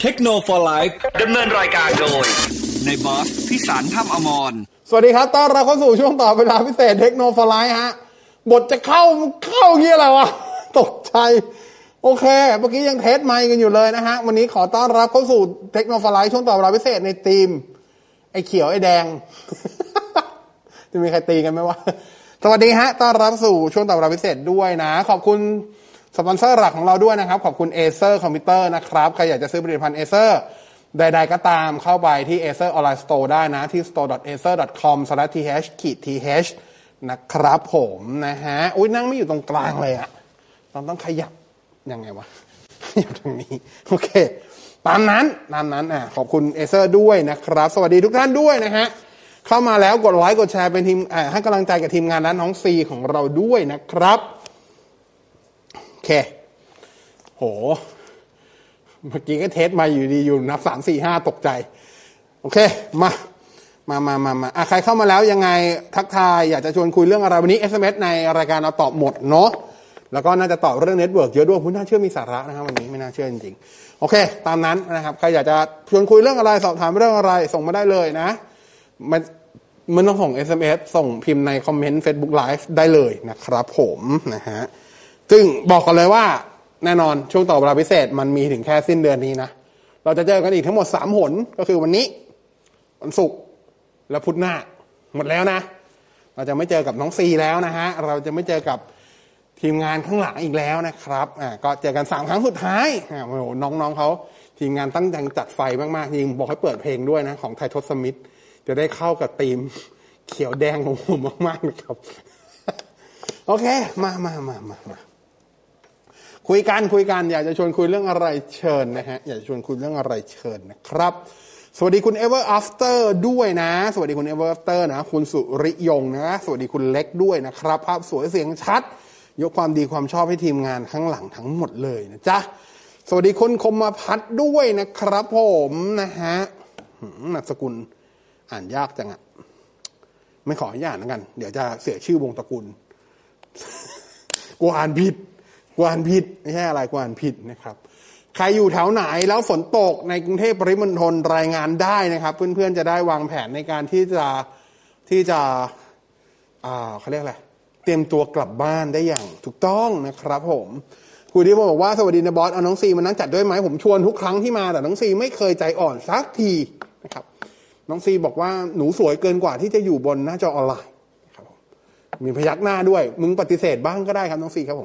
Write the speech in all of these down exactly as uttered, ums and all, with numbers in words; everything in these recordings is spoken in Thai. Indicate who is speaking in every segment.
Speaker 1: เทคโนโลยีดำเนินรายการโดยในบอสพิสารถ้ำอมร
Speaker 2: สวัสดีครับต้อนรับเข้าสู่ช่วงต่อเวลาพิเศษเทคโนโลยีฮะบทจะเข้าเข้าเงี้ยอะไรวะตกใจโอเคเมื่อกี้ยังเทสไมค์กันอยู่เลยนะฮะวันนี้ขอต้อนรับเข้าสู่เทคโนโลยีช่วงต่อเวลาพิเศษในทีมไอ้เขียวไอ้แดง จะมีใครตีกันไหมวะสวัสดีฮะต้อนรับสู่ช่วงต่อเวลาพิเศษด้วยนะขอบคุณสปอนเซอร์หลักของเราด้วยนะครับขอบคุณ Acer Computer นะครับใครอยากจะซื้อผลิตภัณฑ์ Acer ใดๆก็ตามเข้าไปที่ Acer Online Store ได้นะที่ store dot acer dot com slash t h t h นะครับผมนะฮะอุ๊ยนั่งไม่อยู่ตรงกลางเลยอะต้องต้องขยับยังไงวะขยับตรงนี้โอเคตามนั้นตามนั้นอ่ะขอบคุณ Acer ด้วยนะครับสวัสดีทุกท่านด้วยนะฮะเข้ามาแล้วกดไลค์กดแชร์เป็นทีมอ่าให้กำลังใจกับทีมงานร้านน้องซีของเราด้วยนะครับโอเคโหเมื่อกี้ก็เทสมาอยู่ดีอยู่นับสามสี่ห้าตกใจโอเคมามามามามาอ่ะใครเข้ามาแล้วยังไงทักทายอยากจะชวนคุยเรื่องอะไรวันนี้ เอส เอ็ม เอส ในรายการเราตอบหมดเนาะแล้วก็น่าจะตอบเรื่องเน็ตเวิร์กเยอะด้วยคุณน่าเชื่อมีสาระนะครับวันนี้ไม่น่าเชื่อจริงๆโอเคตามนั้นนะครับใครอยากจะชวนคุยเรื่องอะไรสอบถามเรื่องอะไรส่งมาได้เลยนะมันมันต้องส่ง เอส เอ็ม เอส ส่งพิมพ์ในคอมเมนต์ Facebook Live ได้เลยนะครับผมนะฮะซึ่งบอกกันเลยว่าแน่นอนช่วงต่อเวลาพิเศษมันมีถึงแค่สิ้นเดือนนี้นะเราจะเจอกันอีกทั้งหมดสามหนก็คือวันนี้วันศุกร์และพุธหน้าหมดแล้วนะเราจะไม่เจอกับน้องซีแล้วนะฮะเราจะไม่เจอกับทีมงานข้างหลังอีกแล้วนะครับอ่าก็เจอกันสามครั้งสุดท้ายอ่าโอ้โหน้องๆเขาทีมงานตั้งใจจัดไฟมากๆจริงบอกให้เปิดเพลงด้วยนะของไททอสมิธจะได้เข้ากับธีมเขียวแดงของผมมากๆนะครับโอเคมามามามามาคุยกันคุยกันอยากจะชวนคุยเรื่องอะไรเชิญนะฮะอยากจะชวนคุยเรื่องอะไรเชิญนะครับสวัสดีคุณ Ever After ด้วยนะสวัสดีคุณ Ever After นะคุณสุริยงนะสวัสดีคุณเล็กด้วยนะครับภาพสวยเสียงชัดยกความดีความชอบให้ทีมงานข้างหลังทั้งหมดเลยนะจ๊ะสวัสดีคุณคมพัฒน์ด้วยนะครับผมนะฮะนามสกุลอ่านยากจังอ่ะไม่ขออนุญาตนะกันเดี๋ยวจะเสียชื่อวงตระกูลกูอ่านผิดกูอ่านผิดไม่ใช่อะไรกูอ่านผิดนะครับใครอยู่แถวไหนแล้วฝนตกในกรุงเทพปริมณฑลรายงานได้นะครับเพื่อนๆจะได้วางแผนในการที่จะที่จะอ่าเขาเรียกอะไรเตรียมตัวกลับบ้านได้อย่างถูกต้องนะครับผมคุณที่บอกว่าสวัสดีนะบอสเอาน้องซีมานั่งจัดด้วยไหมผมชวนทุกครั้งที่มาแต่น้องซีไม่เคยใจอ่อนสักทีนะครับน้องซีบอกว่าหนูสวยเกินกว่าที่จะอยู่บนหน้าจอออนไลน์ครับมีพยักหน้าด้วยมึงปฏิเสธบ้างก็ได้ครับน้องซีครับผม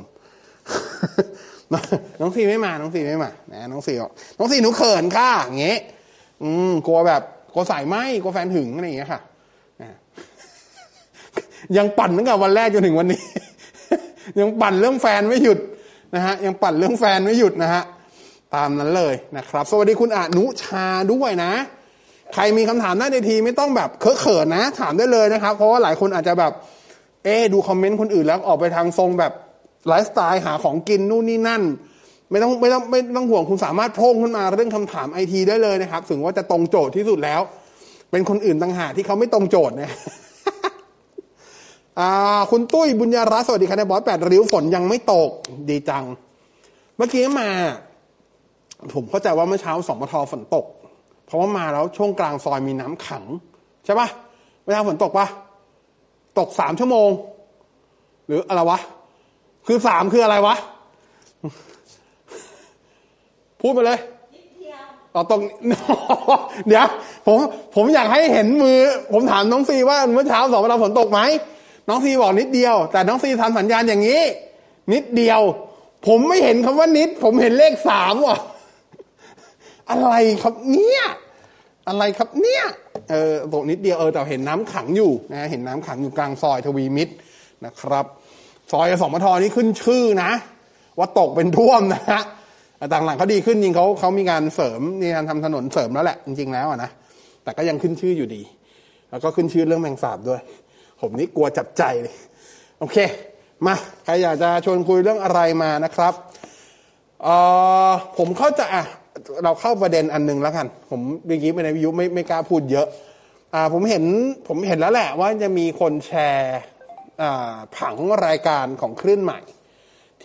Speaker 2: น้องซีไม่มาน้องซีไม่มานะน้องซีบอกน้องซีหนูเขินค่ะอย่างเงี้ยอืมกลัวแบบกลัวสายไหมกลัวแฟนหึงอะไรอย่างเงี้ยค่ะยังปั่นตั้งแต่วันแรกจนถึงวันนี้ ยังปั่นเรื่องแฟนไม่หยุดนะฮะยังปั่นเรื่องแฟนไม่หยุดนะฮะตามนั้นเลยนะครับสวัสดีคุณอนุชาด้วยนะใครมีคำถามหน้าเวทีไม่ต้องแบบเคอะเขินนะถามได้เลยนะครับเพราะว่าหลายคนอาจจะแบบเอ๊ดูคอมเมนต์คนอื่นแล้วออกไปทางทรงแบบไลฟ์สไตล์หาของกินนู่นนี่นั่นไม่ต้องไม่ต้องไม่ต้องห่วงคุณสามารถโพร่งขึ้นมาเรื่องคำถามไอทีได้เลยนะครับถึงว่าจะตรงโจทย์ที่สุดแล้วเป็นคนอื่นต่างหากที่เขาไม่ตรงโจทย์นะอ่าคุณตุ้ยบุญญารัตน์สวัสดีครับในบอสแปดริ้วฝนยังไม่ตกดีจังเมื่อกี้มาผมเข้าใจว่าเมื่อเช้าสมทฝนตกเพราะว่ามาแล้วช่วงกลางซอยมีน้ำขังใช่ปะเมื่อเช้าฝนตกปะตกสามชั่วโมงหรืออะไรวะคือสามคืออะไรวะพูดไปเลยอ๋อตรงเดี๋ยวผมผมอยากให้เห็นมือผมถามน้องซีว่าเมื่อเช้าสองวันเราฝนตกไหมน้องซีบอกนิดเดียวแต่น้องซีทำสัญญาณอย่างนี้นิดเดียวผมไม่เห็นคำว่านิดผมเห็นเลขสามว่ะอะไรครับเนี่ยอะไรครับเนี่ยเออตกนิดเดียวเออแต่เห็นน้ำขังอยู่นะเห็นน้ำขังอยู่กลางซอยทวีมิตรนะครับซอยสมทนี่ขึ้นชื่อนะว่าตกเป็นท่วมนะฮะต่างหลังเขาดีขึ้นจริงเขาเขามีการเสริมมีการทำถนนเสริมแล้วแหละจริงๆแล้วนะแต่ก็ยังขึ้นชื่ออยู่ดีแล้วก็ขึ้นชื่อเรื่องแมงสาบด้วยผมนี่กลัวจับใจเลยโอเคมาใครอยากจะชวนคุยเรื่องอะไรมานะครับเอ่อผมเข้าใจอ่ะเราเข้าประเด็นอันนึงแล้วกันผมเมื่อกี้ในวิทยุไม่ไม่กล้าพูดเยอะอ่าผมเห็นผมเห็นแล้วแหละว่าจะมีคนแชร์อ่าผังรายการของคลื่นใหม่ท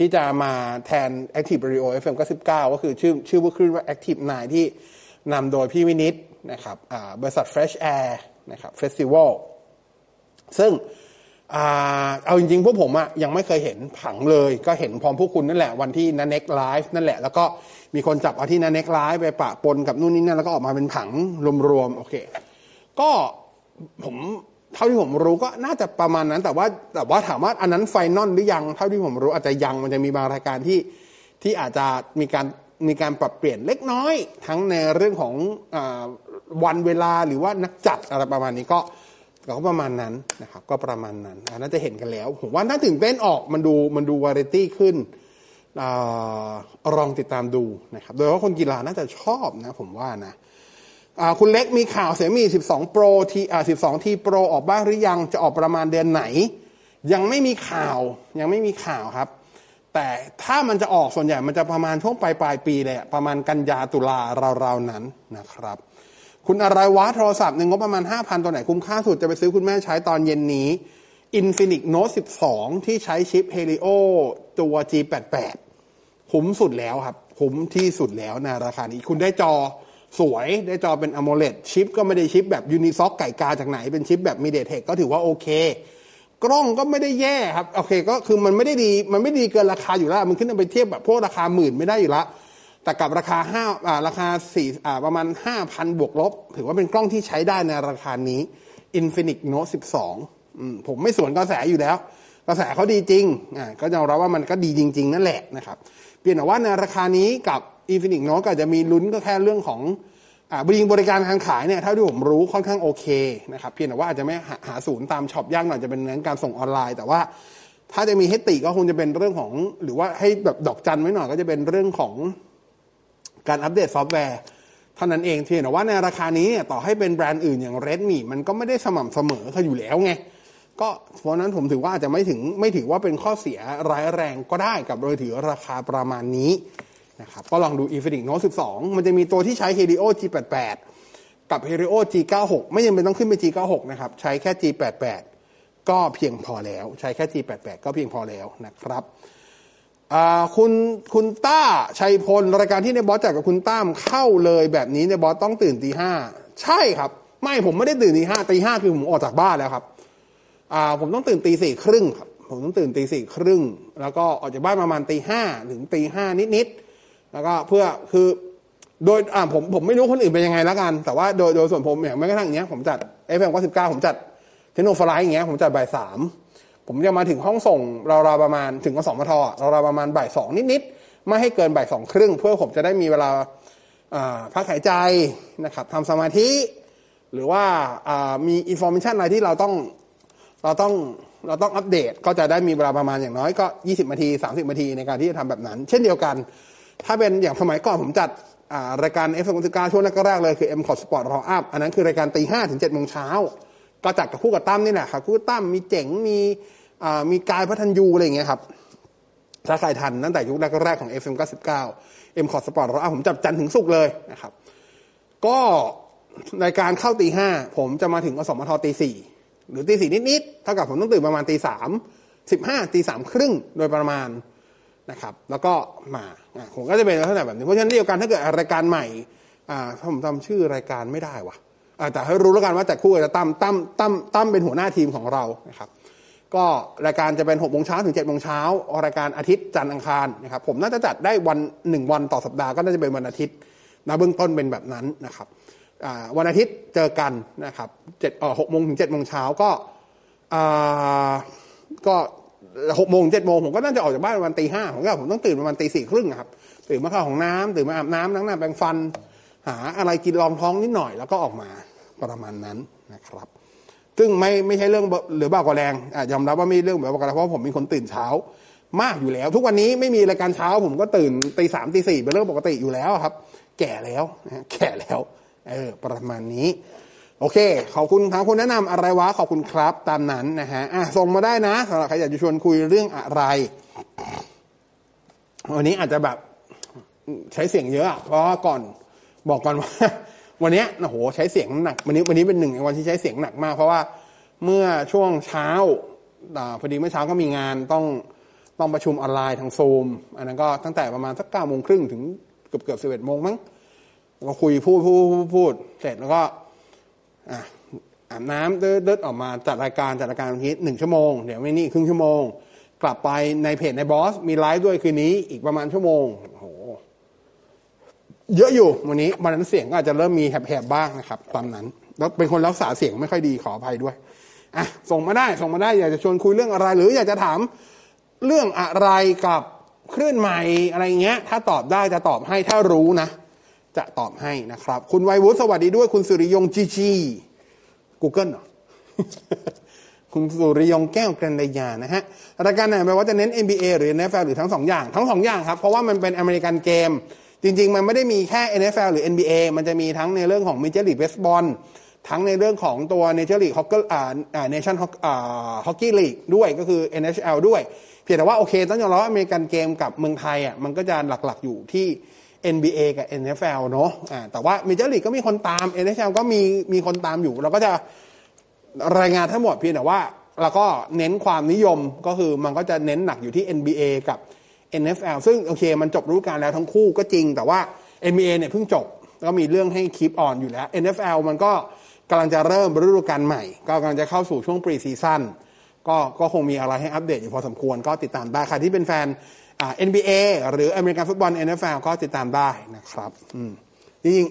Speaker 2: ที่จะมาแทน Active Radio เอฟ เอ็ม เก้าสิบเก้าก็คือชื่อชื่อว่าคลื่นว่า Active ไนน์ที่นำโดยพี่วินิตนะครับบริษัท Fresh Air นะครับเฟสติวัลซึ่งเอาจริงๆพวกผมอะยังไม่เคยเห็นผังเลยก็เห็นพร้อมพวกคุณนั่นแหละวันที่นันเน็กไลฟ์นั่นแหละแล้วก็มีคนจับเอาที่นันเน็กไลฟ์ไปปะปนกับนู่นนี่นั่นแล้วก็ออกมาเป็นผังรวมๆโอเคก็ผมเท่าที่ผมรู้ก็น่าจะประมาณนั้นแต่ว่าแต่ว่าถามว่าอันนั้นไฟนอลหรือยังเท่าที่ผมรู้อาจจะยังมันจะมีบางรายการที่ที่อาจจะมีการมีการปรับเปลี่ยนเล็กน้อยทั้งในเรื่องของอ่าวันเวลาหรือว่านักจัดอะไรประมาณนี้ก็ก็ประมาณนั้นนะครับก็ประมาณนั้นน่าจะเห็นกันแล้วผมว่าถ้าถึงเต้นออกมันดูมันดูวาไรตี้ขึ้นอลองติดตามดูนะครับโดยเฉพาะคนกีฬาน่าจะชอบนะผมว่านะคุณเล็กมีข่าวเสี่ยมี่สิบสอง Pro ทีอ่าสิบสอง T Pro ออกบ้างหรือยังจะออกประมาณเดือนไหนยังไม่มีข่าวยังไม่มีข่าวครับแต่ถ้ามันจะออกส่วนใหญ่มันจะประมาณช่วงปลายปลายปีเลยประมาณกันยาตุลาราวๆนั้นนะครับคุณอะไรวะโทรศัพท์หนึ่งงบประมาณ ห้าพัน ตัวไหนคุ้มค่าสุดจะไปซื้อคุณแม่ใช้ตอนเย็นนี้ Infinix Note สิบสองที่ใช้ชิป Helio ตัว จี แปดสิบแปด คุ้มสุดแล้วครับคุ้มที่สุดแล้วในราคานี้คุณได้จอสวยได้จอเป็น AMOLED ชิปก็ไม่ได้ชิปแบบ Unisoc ไก่กาจากไหนเป็นชิปแบบ MediaTek ก็ถือว่าโอเคกล้องก็ไม่ได้แย่ครับโอเคก็คือมันไม่ได้ดีมันไม่ดีเกินราคาอยู่แล้วมันขึ้นไปเทียบแบบพวกราคาหมื่นไม่ได้อยู่แล้วแต่กับราคาห้าอ่าราคาสี่อ่าประมาณ ห้าพัน บวกลบถือว่าเป็นกล้องที่ใช้ได้ในราคานี้ Infinix Note สิบสองอืมผมไม่สวนกระแสอยู่แล้วกระแสเขาดีจริงอ่าก็ยอมรับว่ามันก็ดีจริงๆนั่นแหละนะครับเปลี่ยนแต่ว่าในราคานี้กับ Infinix Note ก็จะมีลุ้นก็แค่เรื่องของอ่าบริการทางขายเนี่ยเท่าที่ผมรู้ค่อนข้างโอเคนะครับเพียงแต่ว่าอาจจะไม่หาหาศูนย์ตามช็อปยากหน่อยจะเป็นเรื่องการส่งออนไลน์แต่ว่าถ้าจะมีให้ติก็คงจะเป็นเรื่องของหรือว่าให้แบบดอกจันไว้หน่อยก็จะเป็นเรื่องของการอัปเดตซอฟต์แวร์เท่านั้นเองเพียงแต่ว่าในราคานี้เนี่ยต่อให้เป็นแบรนด์อื่นอย่าง Redmi มันก็ไม่ได้สม่ำเสมอเขาอยู่แล้วไงก็เพราะนั้นผมถือว่าอาจจะไม่ถึงไม่ถือว่าเป็นข้อเสียร้ายแรงก็ได้กับมือถือราคาประมาณนี้นะครับก็ลองดู Infinix Note สิบสองมันจะมีตัวที่ใช้ Helio จี แปดสิบแปด กับ Helio จี เก้าสิบหก ไม่จำเป็นต้องขึ้นไป จี เก้าสิบหก นะครับใช้แค่ จี แปดสิบแปด ก็เพียงพอแล้วใช้แค่ จี แปดสิบแปด ก็เพียงพอแล้วนะครับคุณคุณต้าชัยพลรายการที่ในบอสจัดกับคุณต้ามเข้าเลยแบบนี้ในบอสต้องตื่นตีห้าใช่ครับไม่ผมไม่ได้ตื่นตีห้าตีห้าคือผมออกจากบ้านแล้วครับอ่าผมต้องตื่นตีสี่ครึ่งครับผมต้องตื่นตีสี่ครึ่งแล้วก็ออกจากบ้านประมาณตีห้าถึงตีห้านิดๆแล้วก็เพื่อคือโดยอ่าผมผมไม่รู้คนอื่นเป็นยังไงแล้วกันแต่ว่าโดยโดยส่วนผมอย่างแม้กระทั่งอย่างเงี้ยผมจัด เอฟ เอ็ม เก้าสิบเก้า ผมจัดเทคโนโลยีอย่างเงี้ยผมจัดบ่ายสามผมจะมาถึงห้องส่งราวๆประมาณถึงกสมทราวๆประมาณบ่ายสองนิดๆไม่ให้เกินบ่ายสองครึ่งเพื่อผมจะได้มีเวลาพักหายใจนะครับทำสมาธิหรือว่ามีอินโฟมิชันอะไรที่เราต้องเราต้องเราต้องอัปเดตก็จะได้มีเวลาประมาณอย่างน้อยก็ยี่สิบนาทีสามสิบนาทีในการที่จะทำแบบนั้นเช่นเดียวกันถ้าเป็นอย่างสมัยก่อนผมจัดรายการ เอฟ เอ็ม เก้าสิบเก้า ช่วงแรกๆเลยคือ เอ็ม คอท Sport Roll Up อันนั้นคือรายการตีห้าถึงเจ็ดโมงเช้าก็จัดกับคู่กับตั้มนี่แหละครับคู่ตั้มมีเจ๋งมีมีกายพัฒนยูอะไรอย่างเงี้ยครับถ้าใครทันตั้งแต่ยุคแรกๆของ เอฟ เอ็ม เก้าสิบเก้า M Cot Sport เราผมจับจันทร์ถึงศุกร์เลยนะครับก็ในการเข้าตีห้าผมจะมาถึงอสมทตีสี่หรือตีสี่นิดๆเท่ากับผมต้องตื่นประมาณตีสามสิบห้าตีสามครึ่งโดยประมาณนะครับแล้วก็มาผมก็จะเป็นลักษณะแบบนี้เพราะฉะนั้นเดียวกันถ้าเกิดรายการใหม่อ่าผมจำชื่อรายการไม่ได้ว่ะแต่ให้รู้แล้วกันว่าจัดคู่กับตั้มตั้มตั้มตั้มเป็นหัวหน้าทีมของเรานะครับก็รายการจะเป็นหกโมงเช้าถึงเจ็ดโมงเช้ารายการอาทิตย์จันทร์อังคารนะครับผมน่าจะจัดได้วันหนึ่งวันต่อสัปดาห์ก็น่าจะเป็นวันอาทิตย์นะเบื้องต้นเป็นแบบนั้นนะครับวันอาทิตย์เจอกันนะครับเจ็ดเอ่อหกโมงถึงเจ็ดโมงเช้าก็อ่าก็หกโมงเจ็ดโมงผมก็น่าจะออกจากบ้านประมาณตีห้าผมก็ผมต้องตื่นประมาณตีสี่ครึ่งครับตื่นมาเข้าห้องน้ำตื่นมาอาบน้ำล้างหน้าแปรงฟันหาอะไรกินรองท้องนิดหน่อยแล้วก็ออกมาประมาณนั้นนะครับซึ่งไม่ไม่ใช่เรื่องหรือบ้ากว่าแรงอ่ะยอมรับว่าไม่เรื่องแบบว่าเพราะผมเป็นคนตื่นเช้ามากอยู่แล้วทุกวันนี้ไม่มีรายการเช้าผมก็ตื่นตีสามตีสี่เป็นเรื่องปกติอยู่แล้วครับแก่แล้วนะแก่แล้วเออประมาณนี้โอเคขอบคุณทางคุณแนะนำอะไรวะขอบคุณครับตามนั้นนะฮะอ่ะส่งมาได้นะสำหรับใครอยากจะชวนคุยเรื่องอะไรวันนี้อาจจะแบบใช้เสียงเยอะเพราะก่อนบอกก่อนว่าวันนี้โอ้โหใช้เสียงหนักวันนี้วันนี้เป็นหนึ่งในวันที่ใช้เสียงหนักมากเพราะว่าเมื่อช่วงเช้าพอดีเมื่อเช้าก็มีงานต้องต้องประชุมออนไลน์ทางซูมอันนั้นก็ตั้งแต่ประมาณสักเก้าโมงครึ่งถึงเกือบเกือบสิบเอ็ดโมงมั้งก็คุยพูดพูดพูดเสร็จแล้วก็อ่ะอาบน้ำเดินออกมาจัดรายการจัดรายการนี้หนึ่งชั่วโมงเดี๋ยวไม่นี่ครึ่งชั่วโมงกลับไปในเพจในบอสมีไลฟ์ด้วยคืนนี้อีกประมาณชั่วโมงโอ้โหเยอะอยู่วันนี้วันนั้นเสียงก็อาจจะเริ่มมีแหบๆบ้างนะครับตอนนั้นแล้วเป็นคนรักษาเสียงไม่ค่อยดีขออภัยด้วยอ่ะส่งมาได้ส่งมาได้อยากจะชวนคุยเรื่องอะไรหรืออยากจะถามเรื่องอะไรกับคลื่นใหม่อะไรเงี้ยถ้าตอบได้จะตอบให้ถ้ารู้นะจะตอบให้นะครับคุณไววุฒิสวัสดีด้วยคุณสุริยงจีจี Google เหรอ คุณสุริยงแก้วกรันยานะฮะรายการไหนไม่ว่าจะเน้น เอ็น บี เอ หรือ เอ็น เอฟ แอล หรือทั้งสองอย่างทั้งสองอย่างครับเพราะว่ามันเป็นอเมริกันเกมจริงๆมันไม่ได้มีแค่ เอ็น เอฟ แอล หรือ เอ็น บี เอ มันจะมีทั้งในเรื่องของ Major League Baseball ทั้งในเรื่องของตัว Major League Hockey อ่าอ่า Nation Hockey League ด้วยก็คือ เอ็น เอช แอล ด้วยเพียงแต่ว่าโอเคต้องยอมรับว่าอเมริกันเกมกับเมืองไทยอ่ะมันก็จะหลักๆอยู่ที่ เอ็น บี เอ กับ เอ็น เอฟ แอล เนาะอ่าแต่ว่า Major League ก็มีคนตาม เอ็น เอช แอล ก็มีมีคนตามอยู่เราก็จะรายงานทั้งหมดเพียงแต่ว่าเราก็เน้นความนิยมก็คือมันก็จะเน้นหนักอยู่ที่ เอ็น บี เอ กับ เอ็น เอฟ แอล ซึ่งโอเคมันจบฤดูกาลแล้วทั้งคู่ก็จริงแต่ว่า เอ็น บี เอ เนี่ยเพิ่งจบก็มีเรื่องให้คีปออนอยู่แล้ว เอ็น เอฟ แอล มันก็กำลังจะเริ่มฤดูกาลใหม่ก็กำลังจะเข้าสู่ช่วงปรีซีซั่นก็ก็คงมีอะไรให้อัปเดตอยู่พอสมควรก็ติดตามได้ใครที่เป็นแฟนอ่า เอ็น บี เอ หรืออเมริกันฟุตบอล เอ็น เอฟ แอล ก็ติดตามได้นะครับอืมจริง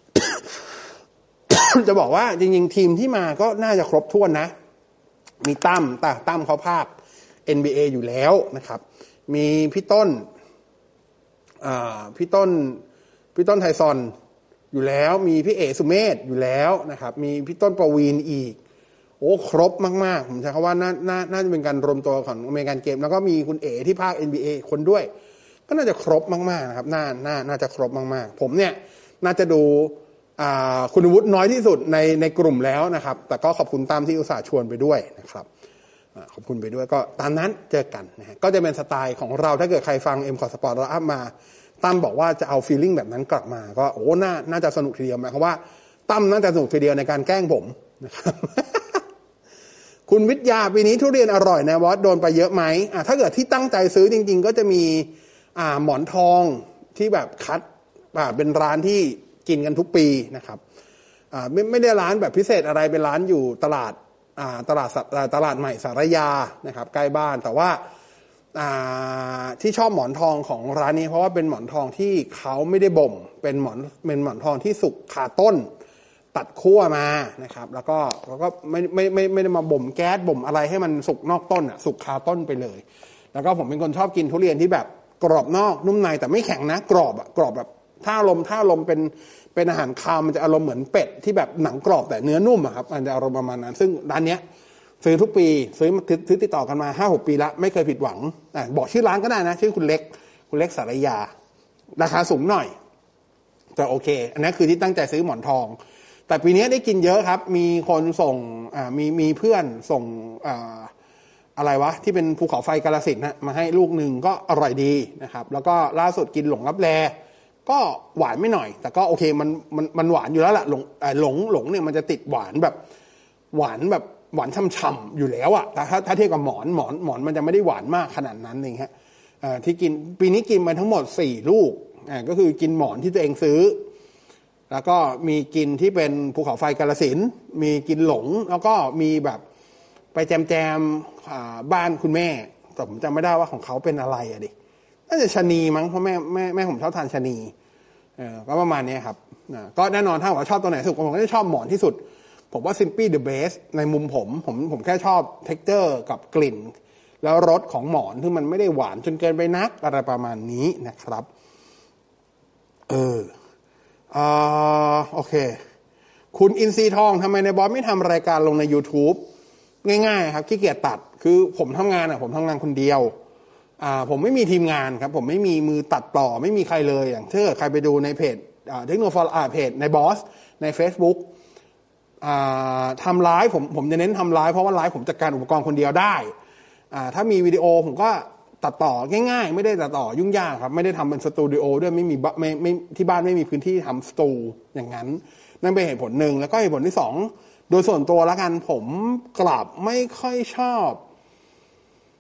Speaker 2: ๆ จะบอกว่าจริงๆทีมที่มาก็น่าจะครบถ้วนนะมีตั้มแต่ตั้มเขาภาค เอ็น บี เอ อยู่แล้วนะครับมีพี่ต้นอ่าพี่ต้นพี่ต้นไทซอนอยู่แล้วมีพี่เอสุเมธอยู่แล้วนะครับมีพี่ต้นประวีนอีกโอ้ครบมากๆผมใช้คำว่าน่าน่าน่าจะเป็นการรวมตัวของอเมริกันเกมแล้วก็มีคุณเอที่ภาค เอ็น บี เอ คนด้วยก็น่าจะครบมากๆนะครับน่าน่าน่าจะครบมากๆผมเนี่ยน่าจะดูอ่าคุณวุฒิน้อยที่สุดในในกลุ่มแล้วนะครับแต่ก็ขอบคุณตามที่อุตส่าห์ชวนไปด้วยนะครับขอบคุณไปด้วยก็ตามนั้นเจอกันนะฮะก็จะเป็นสไตล์ของเราถ้าเกิดใครฟัง เอ็ม คอร์ Sport เราอัพมาตั้มบอกว่าจะเอาฟีลลิ่งแบบนั้นกลับมาก็โอ้น่าน่าจะสนุกทีเดียวหมายความว่าตั้มน่าจะสนุกทีเดียวในการแกล้งผมนะครับ คุณวิทยาปีนี้ทุเรียนอร่อยนะวอสโดนไปเยอะไหมอ่ะถ้าเกิดที่ตั้งใจซื้อจริงๆก็จะมีอ่าหมอนทองที่แบบคัดอ่าเป็นร้านที่กินกันทุกปีนะครับอ่าไม่ไม่ได้ร้านแบบพิเศษอะไรเป็นร้านอยู่ตลาดอ่าตลาดตลาดใหม่สารยานะครับใกล้บ้านแต่ว่าอ่าที่ชอบหมอนทองของร้านนี้เพราะว่าเป็นหมอนทองที่เขาไม่ได้บ่มเป็นหมอนเป็นหมอนทองที่สุกคาต้นตัดคั่วมานะครับแล้วก็แล้วก็ไม่ไม่ไม่ไม่ได้มาบ่มแก๊สบ่มอะไรให้มันสุกนอกต้นอ่ะสุกคาต้นไปเลยแล้วก็ผมเป็นคนชอบกินทุเรียนที่แบบกรอบนอกนุ่มในแต่ไม่แข็งนะกรอบอ่ะกรอบแบบถ้าลมถ้าลมเป็นเป็นอาหารคาวมันจะอารมณ์เหมือนเป็ดที่แบบหนังกรอบแต่เนื้อนุ่มอะครับมันจะอารมณ์ประมาณนั้นซึ่งร้านเนี้ยซื้อทุกปีซื้อซื้อติดต่อกันมา ห้าหก ปีละไม่เคยผิดหวังอ่ะบอกชื่อร้านก็ได้นะชื่อคุณเล็กคุณเล็กสารยาราคาสูงหน่อยแต่โอเคอันนี้คือที่ตั้งใจซื้อหมอนทองแต่ปีนี้ได้กินเยอะครับมีคนส่งอ่ามีมีเพื่อนส่งอ่าอะไรวะที่เป็นภูเขาไฟกาฬสินธุ์นะมาให้ลูกหนึ่งก็อร่อยดีนะครับแล้วก็ล่าสุดกินหลงลับแลก็หวานไม่หน่อยแต่ก็โอเคมันมันมันหวานอยู่แล้วล่ะหลงหลงหลงเนี่ยมันจะติดหวานแบบหวานแบบหวานช่ำๆอยู่แล้วอะแต่ถ้าถ้าเทียบกับหมอนหมอนหมอนมันจะไม่ได้หวานมากขนาดนั้นเองฮะที่กินปีนี้กินมาทั้งหมดสี่ลูกอ่าก็คือกินหมอนที่ตัวเองซื้อแล้วก็มีกินที่เป็นภูเขาไฟกาฬสินธุ์มีกินหลงแล้วก็มีแบบไปแจมแจมบ้านคุณแม่แต่ผมจำไม่ได้ว่าของเขาเป็นอะไรอะดิน่าจะชะนีมั้งเพราะแม่แม่แม่ผมชอบทานชะนีเออก็ประมาณนี้ครับนะก็แน่นอนถ้าว่าชอบตัวไหนสุดผมก็จะชอบหมอนที่สุดผมว่า Simply the best ในมุมผมผมผมแค่ชอบ texture กับกลิ่นแล้วรสของหมอนที่มันไม่ได้หวานจนเกินไปนักอะไรประมาณนี้นะครับเอออ่าโอเคคุณอินทรีทองทำไมในบอสไม่ทำรายการลงใน YouTube ง่ายๆครับขี้เกียจตัดคือผมทำงานอ่ะผมทำงานคนเดียวอ่าผมไม่มีทีมงานครับผมไม่มีมือตัดต่อไม่มีใครเลยอย่างถ้าเกิดใครไปดูในเพจอ่าเทคโนโลยีอ่าเพจในบอสใน Facebook อ่าทำไลฟ์ผมผมจะเน้นทำไลฟ์เพราะว่าไลฟ์ผมจัดการอุปกรณ์คนเดียวได้อ่าถ้ามีวิดีโอผมก็ตัดต่อง่ายๆไม่ได้ตัดต่อยุ่งยากครับไม่ได้ทำเป็นสตูดิโอด้วยไม่มีไม่ไม่ที่บ้านไม่มีพื้นที่ทำสตูอย่างนั้นนั่นเป็นเหตุผลหนึ่งแล้วก็เหตุผลที่สองโดยส่วนตัวแล้วกันผมกลับไม่ค่อยชอบ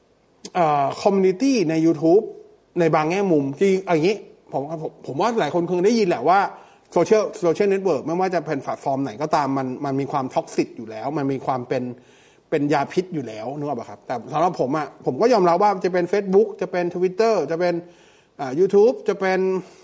Speaker 2: เอ่อคอมมูนิตี้ใน YouTube ในบางแง่มุมที่อย่างนี้ผมผมผมว่าหลายคนคงได้ยินแหละว่าโซเชียลโซเชียลเน็ตเวิร์กไม่ว่าจะเป็นแพลตฟอร์มไหนก็ตามมันมันมีความท็อกซิกอยู่แล้วมันมีความเป็นเป็นยาพิษอยู่แล้วนึกออกป่ะครับแต่สำหรับผมอ่ะผมก็ยอมรับว่าจะเป็น Facebook จะเป็น Twitter จะเป็นอ่า YouTube จะเป็น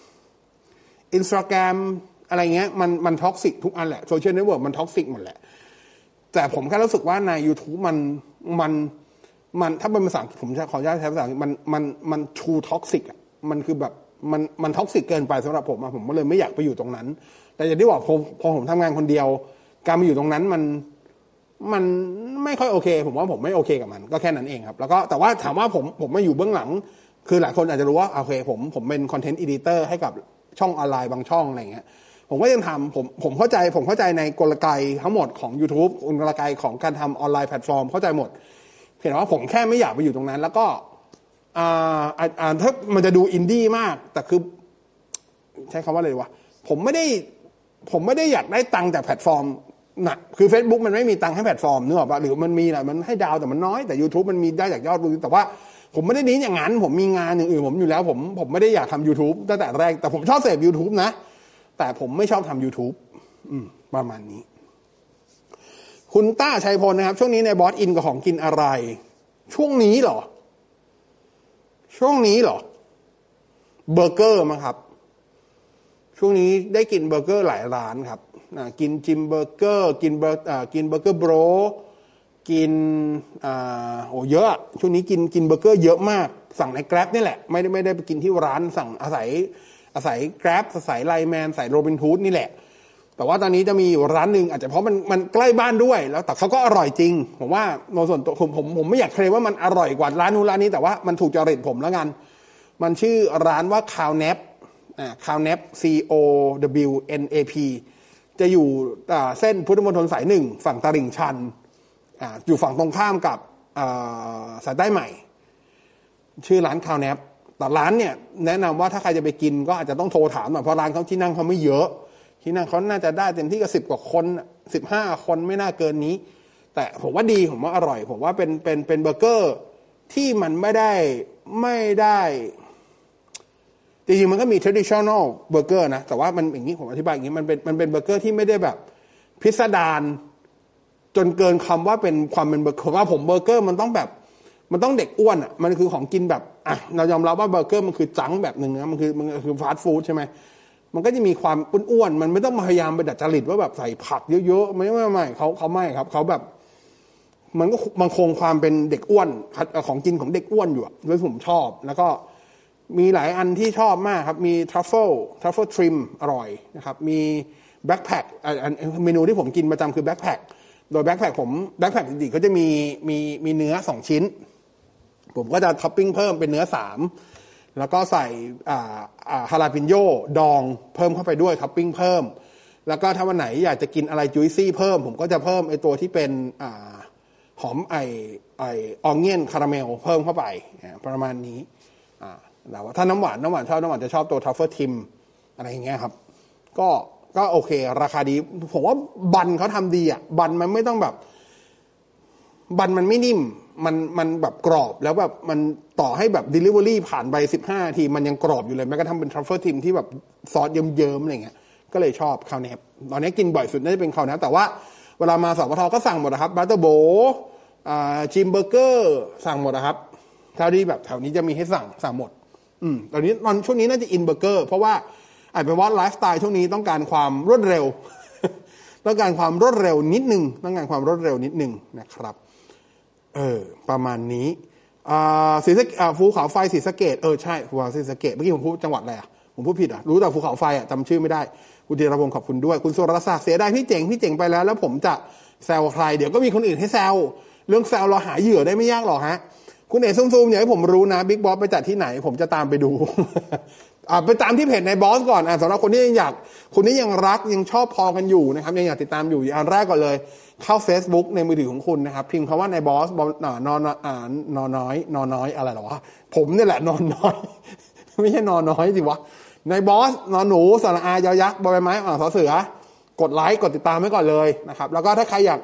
Speaker 2: Instagram อะไรเงี้ยมันมันท็อกซิกทุกอันแหละโซเชียลเน็ตเวิร์กมันท็อกซิกหมดแหละแต่ผมแค่รู้สึกว่าใน YouTube มันมันมันถ้าเป็นภาษาอังกฤษผมจะขออนุญาตใช้ภาษาอังกฤษมันมันมัน too toxic อ่ะมันคือแบบมันมันท็อกซิกเกินไปสำหรับผมอ่ะผมก็เลยไม่อยากไปอยู่ตรงนั้นแต่อย่างที่บอกพอพอผมทำงานคนเดียวการไปอยู่ตรงนั้นมันมันไม่ค่อยโอเคผมว่าผมไม่โอเคกับมันก็แค่นั้นเองครับแล้วก็แต่ว่าถามว่าผมผมมาอยู่เบื้องหลังคือหลายคนอาจจะรู้ว่าโอเคผมผมเป็นคอนเทนต์อีดิเตอร์ให้กับช่องออนไลน์บางช่องอะไรเงี้ยผมก็ยังทำผมผมเข้าใจผมเข้าใจในกลไกทั้งหมดของ YouTube กลไกของการทำออนไลน์แพลตฟอร์มเข้าใจหมดเพียงแต่ว่าผมแค่ไม่อยากไปอยู่ตรงนั้นแล้วก็อ่าอ่าถ้ามันจะดูอินดี้มากแต่คือใช้คำว่าอะไรวะผมไม่ได้ผมไม่ได้อยากได้ตังค์จากแพลตฟอร์มนะคือ Facebook มันไม่มีตังค์ให้แพลตฟอร์มนึกออกป่ะหรือมันมีแหละมันให้ดาวแต่มันน้อยแต่ YouTube มันมีได้จากยอดวิวแต่ว่าผมไม่ได้นี้อย่างนั้นผมมีงานอย่างอื่นผมอยู่แล้วผมผมไม่ได้อยากทำ YouTube ตั้งแต่แรกแต่ผมชอบเสพ YouTube นะแต่ผมไม่ชอบทำ YouTube อืมประมาณนี้คุณต้าชัยพลนะครับช่วงนี้ในบอสอินกับของกินอะไรช่วงนี้เหรอช่วงนี้เหรอเบอร์เกอร์มั้งครับช่วงนี้ได้กินเบอร์เกอร์หลายร้านครับกินจิมเบอร์เกอร์กินเบอร์กินเบอร์เกอร์โบรกินอ่าโอ้เยอะช่วงนี้กินกินเบอร์เกอร์เยอะมากสั่งใน Grab นี่แหละไม่ได้ไม่ได้ไปกินที่ร้านสั่งอาศัยอาศัย Grab อาศัยไลน์แมนอาศัยโรบินฮูดนี่แหละแต่ว่าตอนนี้จะมีอยู่ร้านหนึ่งอาจจะเพราะมันมันใกล้บ้านด้วยแล้วแต่เขาก็อร่อยจริงผมว่าในส่วนตัวผมผมผมไม่อยากเคลมว่ามันอร่อยกว่าร้านนู้นร้านนี้แต่ว่ามันถูกจริตผมแล้วกันมันชื่อร้านว่าคาวเนปอ่าคาวเนป C O W N A P จะอยู่เส้นพุทธมณฑลสายหนึ่งฝั่งตลิ่งชันอ่าอยู่ฝั่งตรงข้ามกับสายใต้ใหม่ชื่อร้านคาวเนปแต่ร้านเนี่ยแนะนำว่าถ้าใครจะไปกินก็อาจจะต้องโทรถามหน่อยเพราะร้านเขาที่นั่งเขาไม่เยอะที่นั่งเขาน่าจะได้เต็มที่ก็สิบกว่าคนสิบห้าคนไม่น่าเกินนี้แต่ผมว่าดีผมว่าอร่อยผมว่าเป็นเป็นเป็นเบอร์เกอร์ที่มันไม่ได้ไม่ได้จริงๆมันก็มี traditional burger นะแต่ว่ามันอย่างนี้ผมอธิบายอย่างนี้มันเป็นมันเป็นเบอร์เกอร์ที่ไม่ได้แบบพิสดารจนเกินคำว่าเป็นความเป็นเบอร์เกอร์ว่าผมเบอร์เกอร์มันต้องแบบมันต้องเด็กอ้วนอ่ะมันคือของกินแบบอ่ะเรายอมรับว่าเบอร์เกอร์มันคือจังแบบหนึ่งนะมันคือมันคือฟาสต์ฟู้ดใช่ไหมมันก็จะมีความอ้วนๆมันไม่ต้องพยายามไปดัดจริตว่าแบบใส่ผักเยอะๆไม่ไม่ไม่เขาเขาไม่ครับเขาแบบมันก็มันคงความเป็นเด็กอ้วนของกินของเด็กอ้วนอยู่เลยผมชอบแล้วก็มีหลายอันที่ชอบมากครับมีทรัฟเฟิลทรัฟเฟิลทริมอร่อยนะครับมีแบ็คแพ็คเมนูที่ผมกินประจำคือแบ็คแพ็คโดยแบ็คแพ็คผมแบ็คแพ็คจริงๆเขาจะมีมีมีเนื้อสองชิ้นผมก็จะท็อปปิ้งเพิ่มเป็นเนื้อสามแล้วก็ใส่อ่าอ่าฮาลาปิโยดองเพิ่มเข้าไปด้วยท็อปปิ้งเพิ่มแล้วก็ถ้าวันไหนอยากจะกินอะไรจุยซี่เพิ่มผมก็จะเพิ่มไอตัวที่เป็นอ่าหอมไอไอออนเนียนคาราเมลเพิ่มเข้าไปประมาณนี้อ่าแล้วถ้าน้ำหวานน้ำหวานชอบน้ำหวานจะชอบตัวทัฟเฟิลทิมอะไรอย่างเงี้ยครับก็ก็โอเคราคาดีผมว่าบันเขาทำดีอ่ะบันมันไม่ต้องแบบบันมันไม่นิ่มมันมันแบบกรอบแล้วแบบมันต่อให้แบบ delivery ผ่านไปสิบห้านาทีมันยังกรอบอยู่เลยแม้กระทั่งเป็น truffle team ที่แบบซอสเยิ้มๆอะไรเงี้ยก็เลยชอบคาวเนปตอนนี้กินบ่อยสุดน่าจะเป็นคาวเนปแต่ว่าเวลามาสปทก็สั่งหมดนะครับบัตเตอร์โบอ่าจิมเบอร์เกอร์สั่งหมดนะครับเท่าที่แบบแถวนี้จะมีให้สั่งสั่งหมดอืมตอนนี้ตอนช่วงนี้น่าจะอินเบอร์เกอร์เพราะว่าอาจเป็นว่าไลฟ์สไตล์ช่วงนี้ต้องการความรวดเร็ว ต้องการความรวดเร็วนิดนึงต้องการความรวดเร็วนิดนึงนะครับเออประมาณนี้อ่าศรีสะอ่าภูเขาไฟศรีสะเกษเออใช่ภูเขาศรีสะเกษเมื่อกี้ผมพูดจังหวัดอะไรอ่ะผมพูดผิดอ่ะรู้แต่ภูเขาไฟอ่ะจำชื่อไม่ได้คุณธีรพงศ์ขอบคุณด้วยคุณสุรศักดิ์เสียดายพี่เจ๋งพี่เจ๋งไปแล้วแล้วผมจะแซวใครเดี๋ยวก็มีคนอื่นให้แซวเรื่องแซวเราหาเหยื่อได้ไม่ยากหรอกฮะคุณเอ๋ซุ่มๆอยากให้ผมรู้นะบิ๊กบอสไปจัดที่ไหนผมจะตามไปดู อ่าไปตามที่เพจในบอสก่อนอ่าสำหรับคนที่ยังอยากคนที่ยังรักยังชอบพอกันอยู่นะครับยังอยากติดตามอยู่อันแรกก่อนเลยเข้า Facebook ในมือถือของคุณนะครับพิมพ์คำว่าในบอสบอสนอนอ่านนอน้อยนอน้อยอะไรหรอวะผมนี่แหละนอนน้อยไม่ใช่นอนน้อยสิวะในบอสนอนหนูสระอายอยักษ์บอใบไม้อ่าสอเสือกดไลค์กดติดตามไว้ก่อนเลยนะครับแล้วก็ถ้าใครอยาก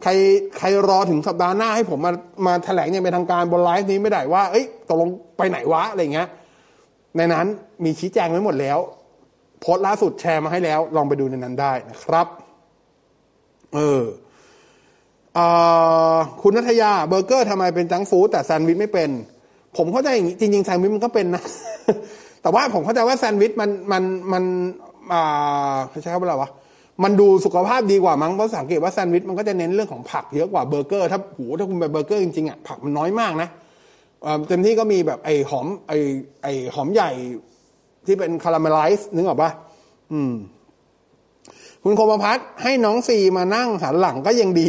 Speaker 2: ใครใครรอถึงสัปดาห์หน้าให้ผมมามาแถลงอย่างเป็นทางการบนไลฟ์นี้ไม่ได้ว่าเอ้ยตกลงไปไหนวะอะไรเงี้ยในนั้นมีชี้แจงไว้หมดแล้วโพสต์ล่าสุดแชร์มาให้แล้วลองไปดูในนั้นได้นะครับเออเอ่อคุณนัทยาเบอร์เกอร์ทำไมเป็นจังก์ฟู้ดแต่แซนด์วิชไม่เป็นผมเข้าใจอย่างนี้จริงๆแซนด์วิชมันก็เป็นนะ แต่ว่าผมเข้าใจว่าแซนด์วิชมันมันมันอ่าใช้คำว่าอะไรวะมันดูสุขภาพดีกว่ามั้งเพราะสังเกตว่าแซนด์วิชมันก็จะเน้นเรื่องของผักเยอะกว่าเบอร์เกอร์ถ้าโหถ้าคุณไปเบอร์เกอร์จริงๆอ่ะผักมันน้อยมากนะเต็มที่ก็มีแบบไอ้หอมไอ้ไอ้หอมใหญ่ที่เป็นคาราเมลไลซ์นึกออกป่ะอืมคุณคมพัฒน์ให้น้องซีมานั่งหันหลังก็ยังดี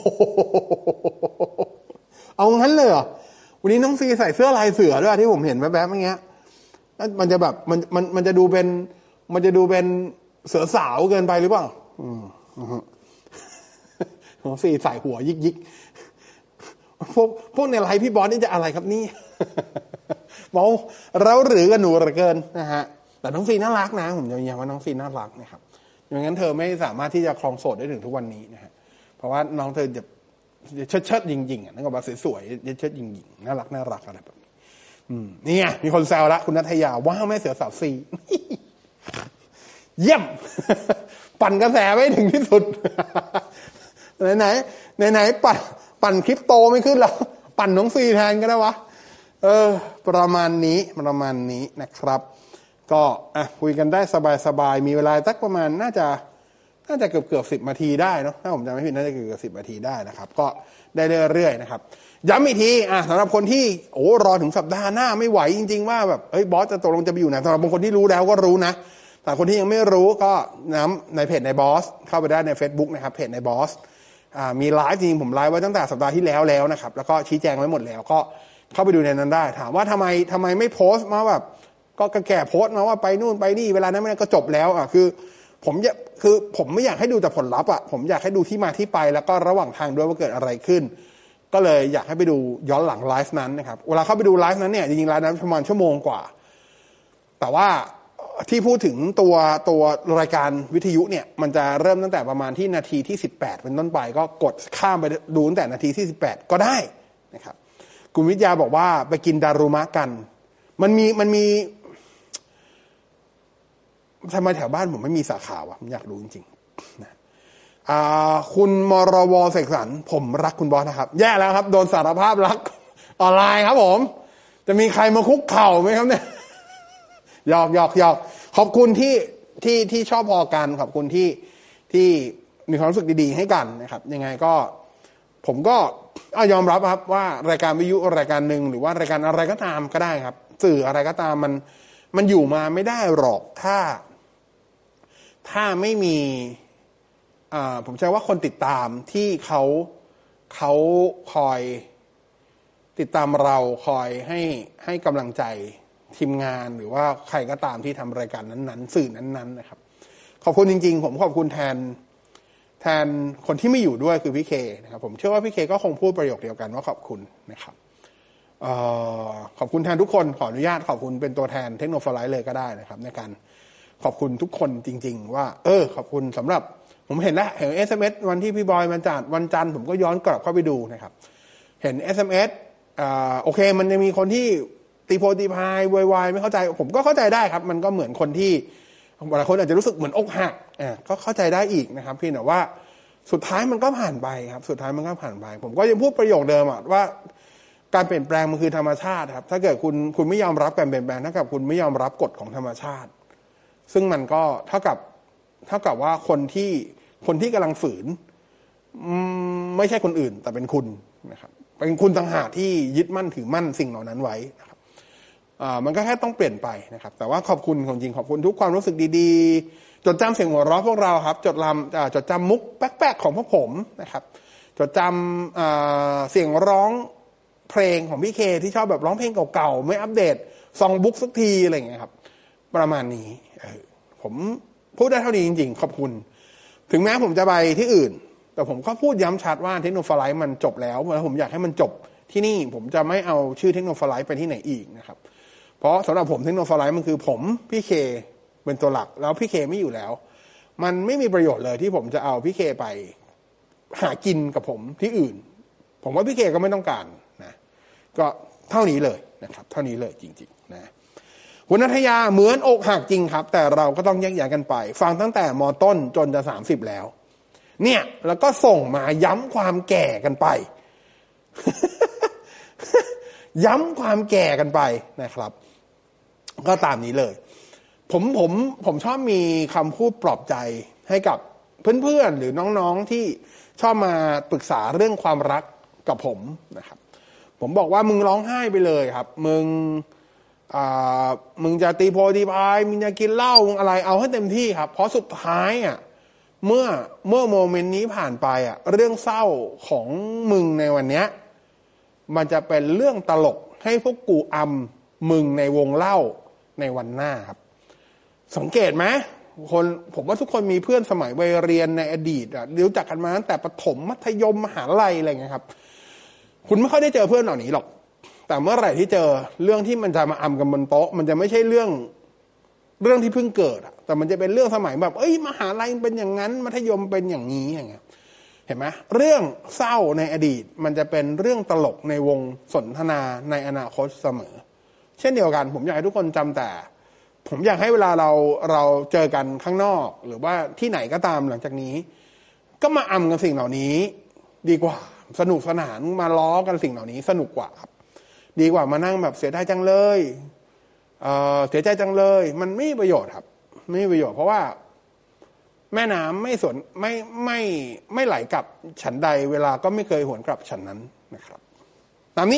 Speaker 2: เอางั้นเลยเหรอวันนี้น้องซีใส่เสื้อลายเสือด้วยที่ผมเห็นแวบๆอย่างเงี้ยมันจะแบบมันมันมันจะดูเป็นมันจะดูเป็นเสือสาวเกินไปหรือเปล่าอืมน้องซีใส่หัวยิกๆพวกพวกในไลฟ์พี่บอสนี่จะอะไรครับนี่เมาเราหรือกันหนูเหลือเกินนะฮะแต่น้องซีน่ารักนะผมจะย้ำว่าน้องซีน่ารักนะครับอย่างนั้นเธอไม่สามารถที่จะครองโสดได้ถึงทุกวันนี้นะฮะเพราะว่าน้องเธอจะเชิดเชิดยิงยิงอ่ะนั่นก็แบบสวยๆเชิดยิงยิงน่ารักน่ารักอะไรแบบนี้อืมนี่ไงมีคนแซวละคุณนัทยาว้าวแม่เสือสาวซีเยี่ยมปั่นกระแสไว้ถึงที่สุดไหนไหนไหนไหนปั่นปั่นคริปโตไม่ขึ้นแล้วปั่นน้องซีแทนก็ได้วะเออประมาณนี้ประมาณนี้นะครับก็อ่ะคุยกันได้สบายๆมีเวลาสักประมาณน่าจะน่าจะเกือบเกือบสิบนาทีได้เนาะถ้าผมจำไม่ผิดน่าจะเกือบเกือบสิบนาทีได้นะครับก็ได้เรื่อยๆนะครับย้ำอีกทีอ่ะสำหรับคนที่โอ้รอถึงสัปดาห์หน้าไม่ไหวจริงๆว่าแบบเอ้ยบอสจะตกลงจะไปอยู่ไหนสำหรับบางคนที่รู้แล้วก็รู้นะแต่คนที่ยังไม่รู้ก็น้ำในเพจในบอสเข้าไปได้ใน Facebook นะครับเพจในบอสอ่ามีไลฟ์จริงผมไลฟ์ไว้ตั้งแต่สัปดาห์ที่แล้วแล้วนะครับแล้วก็ชี้แจงไว้หมดแล้วก็เข้าไปดูในนั้นได้ถามว่าทำไมทำไมไม่โพสต์มาแบบก็แก่โพสต์มาว่าไปนู่นไปนี่เวลานั้นมันก็จบแล้วอ่ะคือผมอยากคือผมไม่อยากให้ดูแต่ผลลัพธ์อ่ะผมอยากให้ดูที่มาที่ไปแล้วก็ระหว่างทางด้วยว่าเกิดอะไรขึ้นก็เลยอยากให้ไปดูย้อนหลังไลฟ์นั้นนะครับเวลาเข้าไปดูไลฟ์นั้นเนี่ยจริงๆไลฟ์นั้นประมาณชั่วโมงกว่าแต่ว่าที่พูดถึงตัวตัวรายการวิทยุเนี่ยมันจะเริ่มตั้งแต่ประมาณที่นาทีที่สิบแปดเป็นต้นไปก็กดข้ามไปดูตั้งแต่นาทีที่สิบแปดก็ได้นะครับคุณวิทยาบอกว่าไปกินดารุมะกันมันมีมันมีทำไมแถวบ้านผมไม่มีสาขาวะผมอยากรู้จริงๆนะอ่าคุณมรวเสกสรรผมรักคุณบอสนะครับแย่แล้วครับโดนสารภาพรักออนไลน์ครับผมจะมีใครมาคุกเข่าไหมครับเนี่ยหยอกหยอกหยอกขอบคุณที่ที่ที่ชอบพอกันขอบคุณที่ที่มีความรู้สึกดีๆให้กันนะครับยังไงก็ผมก็ยอมรับครับว่ารายการวิทยุรายการหนึ่งหรือว่ารายการอะไรก็ตามก็ได้ครับสื่ออะไรก็ตามมันมันอยู่มาไม่ได้หรอกถ้าถ้าไม่มีอ่าผมใช้ว่าคนติดตามที่เขาเขาคอยติดตามเราคอยให้ให้กำลังใจทีมงานหรือว่าใครก็ตามที่ทำรายการนั้นๆสื่อนั้นๆนะครับขอบคุณจริงๆผมขอบคุณแทนแทนคนที่ไม่อยู่ด้วยคือพี่เคนะครับผมเชื่อว่าพี่เคก็คงพูดประโยคเดียวกันว่าขอบคุณนะครับเอ่อขอบคุณแทนทุกคนขออนุญาตขอบคุณเป็นตัวแทนเทคโนโลยีเลยก็ได้นะครับในการขอบคุณทุกคนจริงๆว่าเออขอบคุณสำหรับผมเห็นแล้วเห็น เอส เอ็ม เอส วันที่พี่บอยมันจัดวันจันทร์ผมก็ย้อนกลับเข้าไปดูนะครับเห็น เอส เอ็ม เอส อ่าโอเคมันจะมีคนที่ตีโพตีพายโวยวายไม่เข้าใจผมก็เข้าใจได้ครับมันก็เหมือนคนที่บางคนอาจจะรู้สึกเหมือนอกหักอ่าก็เข้าใจได้อีกนะครับเพียงแต่ว่าสุดท้ายมันก็ผ่านไปครับสุดท้ายมันก็ผ่านไปผมก็ยังพูดประโยคเดิมอ่ะว่าการเปลี่ยนแปลงมันคือธรรมชาติครับถ้าเกิดคุณคุณไม่ยอมรับการเปลี่ยนแปลงเท่ากับคุณไม่ยอมรับกฎของธรรมชาติซึ่งมันก็เท่ากับเท่ากับว่าคนที่คนที่กำลังฝืนไม่ใช่คนอื่นแต่เป็นคุณนะครับเป็นคุณต่างหากที่ยึดมั่นถือมั่นสิ่งเหล่านั้นไว้นะครับอ่ามันก็แค่ต้องเปลี่ยนไปนะครับแต่ว่าขอบคุณจริงขอบคุณทุกความรู้สึกดีๆจดจำเสียงหัวเราะพวกเราครับจดจำจดจำมุกแป๊กๆของพวกผมนะครับจดจำเสียงร้องเพลงของพี่เคที่ชอบแบบร้องเพลงเก่าๆไม่อัปเดตซองบุ๊กสักทีอะไรอย่างเงี้ยครับประมาณนี้ผมพูดได้เท่านี้จริงๆขอบคุณถึงแม้ผมจะไปที่อื่นแต่ผมก็พูดย้ำชัดว่าเทคโนโลยีมันจบแล้วแล้วผมอยากให้มันจบที่นี่ผมจะไม่เอาชื่อเทคโนโลยีไปที่ไหนอีกนะครับเพราะสำหรับผมเทคโนโลยีมันคือผมพี่เคเป็นตัวหลักแล้วพี่เคไม่อยู่แล้วมันไม่มีประโยชน์เลยที่ผมจะเอาพี่เคไปหากินกับผมที่อื่นผมว่าพี่เคก็ไม่ต้องการนะก็เท่านี้เลยนะครับเท่านี้เลยจริงๆนะคุณณัฐยาเหมือนอกหักจริงครับแต่เราก็ต้องแยกแยะกันไปฟังตั้งแต่ม.ต้นจนจะสามสิบแล้วเนี่ยแล้วก็ส่งมาย้ำความแก่กันไป ย้ำความแก่กันไปนะครับก็ตามนี้เลยผมผมผมชอบมีคำพูดปลอบใจให้กับเพื่อนๆหรือน้องๆที่ชอบมาปรึกษาเรื่องความรักกับผมนะครับผมบอกว่ามึงร้องไห้ไปเลยครับมึงอ่ามึงจะตีโพตีพายมึงจะกินเหล้ามึงอะไรเอาให้เต็มที่ครับเพราะสุดท้ายอ่ะเมื่อเมื่อโมเมนต์นี้ผ่านไปอ่ะเรื่องเศร้าของมึงในวันเนี้ยมันจะเป็นเรื่องตลกให้พวกกูอำมึงในวงเล่าในวันหน้าครับสังเกตไหมคนผมว่าทุกคนมีเพื่อนสมัยวัยเรียนในอดีตอ่ะรู้จักกันมาตั้งแต่ประถมมัธยมมหาลัยอะไรเงี้ยครับคุณไม่ค่อยได้เจอเพื่อนเหล่านี้หรอกแต่เมื่อไหร่ที่เจอเรื่องที่มันจะมาอำกันบนโต๊ะมันจะไม่ใช่เรื่องเรื่องที่เพิ่งเกิดอ่ะแต่มันจะเป็นเรื่องสมัยแบบเอ้ยมหาลัยเป็นอย่างนั้นมัธยมเป็นอย่างนี้อย่างเงี้ยเห็นไหมเรื่องเศร้าในอดีตมันจะเป็นเรื่องตลกในวงสนทนาในอนาคตเสมอเช่นเดียวกันผมอยากให้ทุกคนจำแต่ผมอยากให้เวลาเราเราเจอกันข้างนอกหรือว่าที่ไหนก็ตามหลังจากนี้ก็มาอำกันสิ่งเหล่านี้ดีกว่าสนุกสนานมาล้อกันสิ่งเหล่านี้สนุกกว่าครับดีกว่ามานั่งแบบเสียดายจังเลยเอ่อเสียใจจังเลยมันไม่มีประโยชน์ครับไม่มีประโยชน์เพราะว่าแม่น้ำไม่สนไม่ไม่ไม่ไหลกลับฉันใดเวลาก็ไม่เคยหวนกลับฉันนั้นนะครับตามนี้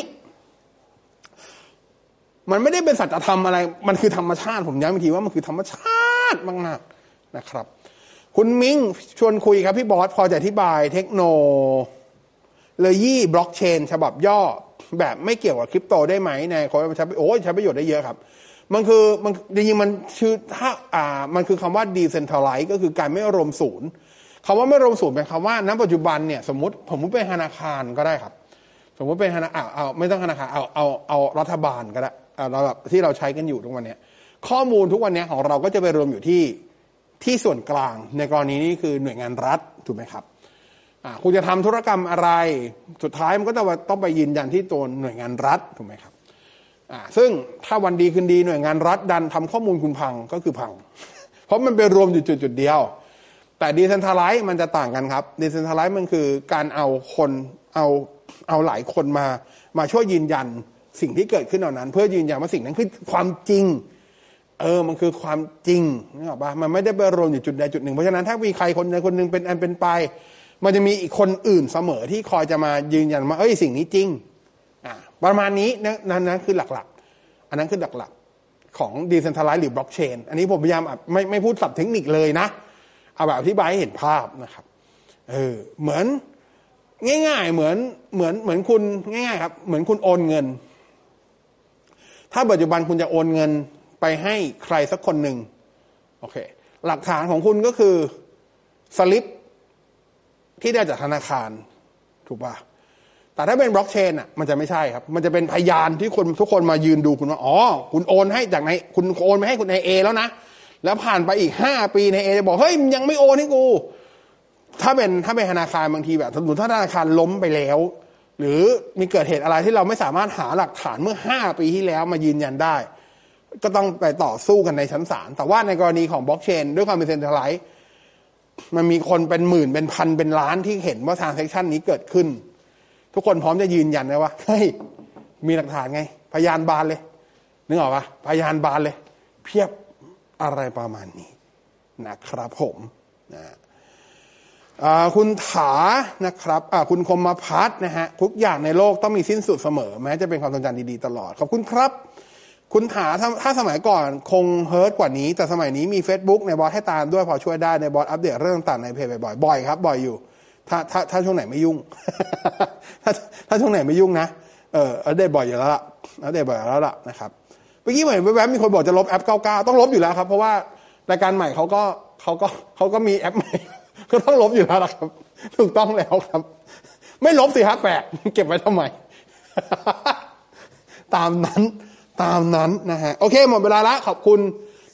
Speaker 2: มันไม่ได้เป็นสัจธรรมอะไรมันคือธรรมชาติผมย้ำอีกทีว่ามันคือธรรมชาติมากๆนะครับคุณมิ้งชวนคุยครับพี่บอสพอจะอธิบายเทคโนโลยีบล็อกเชนฉบับย่อแบบไม่เกี่ยวกับคริปโตได้ไหมในคนใช้โอ้ยใช้ประโยชน์ได้เยอะครับมันคือมันจริงๆมันชื่อถ้าอ่ามันคือคำว่า decentralize ก็คือการไม่รวมศูนย์คำว่าไม่รวมศูนย์เป็นคำว่าณปัจจุบันเนี่ยสมมติผมมุติเป็นธนาคารก็ได้ครับสมมติเป็นธนาคารเอาเอาไม่ต้องธนาคารเอาเอาเอารัฐบาลก็ได้เราแบบที่เราใช้กันอยู่ทุกวันนี้ข้อมูลทุกวันนี้ของเราก็จะไปรวมอยู่ที่ที่ส่วนกลางในกรณีนี้คือหน่วยงานรัฐถูกไหมครับอ่าคุณจะทำธุรกรรมอะไรสุดท้ายมันก็ต้องต้องไปยืนยันที่ตัวหน่วยงานรัฐถูกไหมครับอ่าซึ่งถ้าวันดีคืนดีหน่วยงานรัฐดันทำข้อมูลคุณพังก็คือพัง เพราะมันไปรวมอยู่จุดจุดเดียวแต่ดีเซนทรัลไลซ์มันจะต่างกันครับดีเซนทรัลไลซ์มันคือการเอาคนเอาเอาหลายคนมามาช่วยยืนยันสิ่งที่เกิดขึ้นเหล่านั้นเพื่อยืนยันว่าสิ่งนั้นคือความจริงเออมันคือความจริงนึกออกปะมันไม่ได้ไปรวมอยู่จุดใดจุดหนึ่งเพราะฉะนั้นถ้ามีใครคนใดคนหนึ่งเป็นอันเป็นไปมันจะมีอีกคนอื่นเสมอที่คอยจะมายืนยันว่าเอ้ยสิ่งนี้จริงอ่าประมาณนี้นั่นนั่นคือหลักๆอันนั้นคือหลักๆของ Decentralized หรือบล็อกเชนอันนี้ผมพยายามไม่ไม่พูดศัพท์เทคนิคเลยนะเอาแบบอธิบายให้เห็นภาพนะครับเออเหมือนง่ายๆเหมือนเหมือนเหมือนคุณง่ายๆครับเหมือนคุณโอนเงินถ้าปัจจุบันคุณจะโอนเงินไปให้ใครสักคนหนึ่งโอเคหลักฐานของคุณก็คือสลิปที่ได้จากธนาคารถูกป่ะแต่ถ้าเป็นบล็อกเชนอ่ะมันจะไม่ใช่ครับมันจะเป็นพยานที่คนทุกคนมายืนดูคุณว่าอ๋อคุณโอนให้จากไหนคุณโอนไปให้คุณนายเอแล้วนะแล้วผ่านไปอีกห้าปีนายเอจะบอกเฮ้ยยังไม่โอนให้กูถ้าเป็นถ้าเป็นธนาคารบางทีแบบสมมติถ้าธนาคารล้มไปแล้วหรือมีเกิดเหตุอะไรที่เราไม่สามารถหาหลักฐานเมื่อห้าปีที่แล้วมายืนยันได้ก็ต้องไปต่อสู้กันในชั้นศาลแต่ว่าในกรณีของบล็อกเชนด้วยความเป็นเซ็นทรัลไลซ์มันมีคนเป็นหมื่นเป็นพันเป็นล้านที่เห็นว่าทรานแซคชั่นนี้เกิดขึ้นทุกคนพร้อมจะยืนยันนะว่าเฮ้ยมีหลักฐานไงพยานบานเลยนึกออกปะพยานบานเลยเพียบอะไรประมาณนี้นะครับผมนะคุณถานะครับคุณคมพัฒน์นะฮะทุกอย่างในโลกต้องมีสิ้นสุดเสมอแม้จะเป็นความทรงจำดีๆตลอดขอบคุณครับคุณถาถ้าถ้าสมัยก่อนคงเฮิร์ตกว่านี้แต่สมัยนี้มี Facebook ในบอสให้ตามด้วยพอช่วยได้ในบอสอัปเดตเรื่องต่างในเพจบ่อยๆบ่อยครับบ่อยอยู่ถ้าถ้าถ้าช่วงไหนไม่ยุ่ง ถ้าถ้าช่วงไหนไม่ยุ่งนะเอออัปเดตบ่อยอยู่แล้วล่ะอัปเดตบ่อยแล้วล่ะนะครับเมื่อกี้เหมือนแวบๆมีคนบอกจะลบแอปเก้าสิบเก้าต้องลบอยู่แล้วครับเพราะว่ารายการใหม่เขาก็เขาก็เขาก็มีแอปใหม่ก็ต้องลบอยู่แล้วล่ะครับถูกต้องแล้วครับไม่ลบสิฮะแปลกเก็บไว้ทำไม ตามนั้นตามนั้นนะฮะโอเคหมดเวลาละขอบคุณ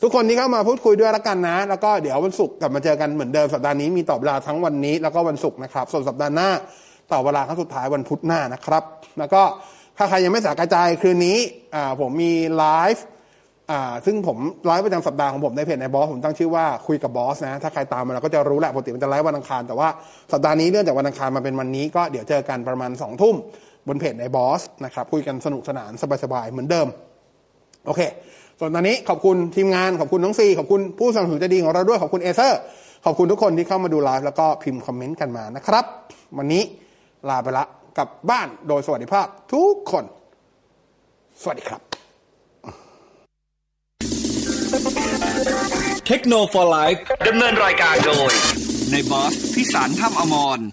Speaker 2: ทุกคนที่เข้ามาพูดคุยด้วยละกันนะแล้วก็เดี๋ยววันศุกร์กลับมาเจอกันเหมือนเดิมสัปดาห์นี้มีต่อเวลาทั้งวันนี้แล้วก็วันศุกร์นะครับส่วนสัปดาห์หน้าต่อเวลาครั้งสุดท้ายวันพุธหน้านะครับแล้วก็ถ้าใครยังไม่สากระจายคืนนี้อ่าผมมีไลฟ์อ่าซึ่งผมไลฟ์ประจำสัปดาห์ของผมในเพจในบอสผมตั้งชื่อว่าคุยกับบอสนะถ้าใครตามมาเราก็จะรู้แหละปกติมันจะไลฟ์วันอังคารแต่ว่าสัปดาห์นี้เนื่องจากวันอังคารมาเป็นวันนี้ก็เดี๋ยวเจอกันประมาณสองทุ่มบนเพจในบอสนะครับคุยกันสนุกสนานสบายๆเหมือนเดิมโอเคส่วนตอนนี้ขอบคุณทีมงานขอบคุณน้องซีขอบคุณผู้สนับสนุนใจดีของเราด้วยขอบคุณเอเซอร์ขอบคุณทุกคนที่เข้ามาดูไลฟ์แล้วก็พิมพ์คอมเมนต์กันมานะครับวันนี้ลาไปละกลับบ้านโดยสวัสดิภาพทุกคนสวัสดีครับ
Speaker 1: เทคโนโลยี for Life ดำเนินรายการโดยในบอสพิสารถ้ำอมร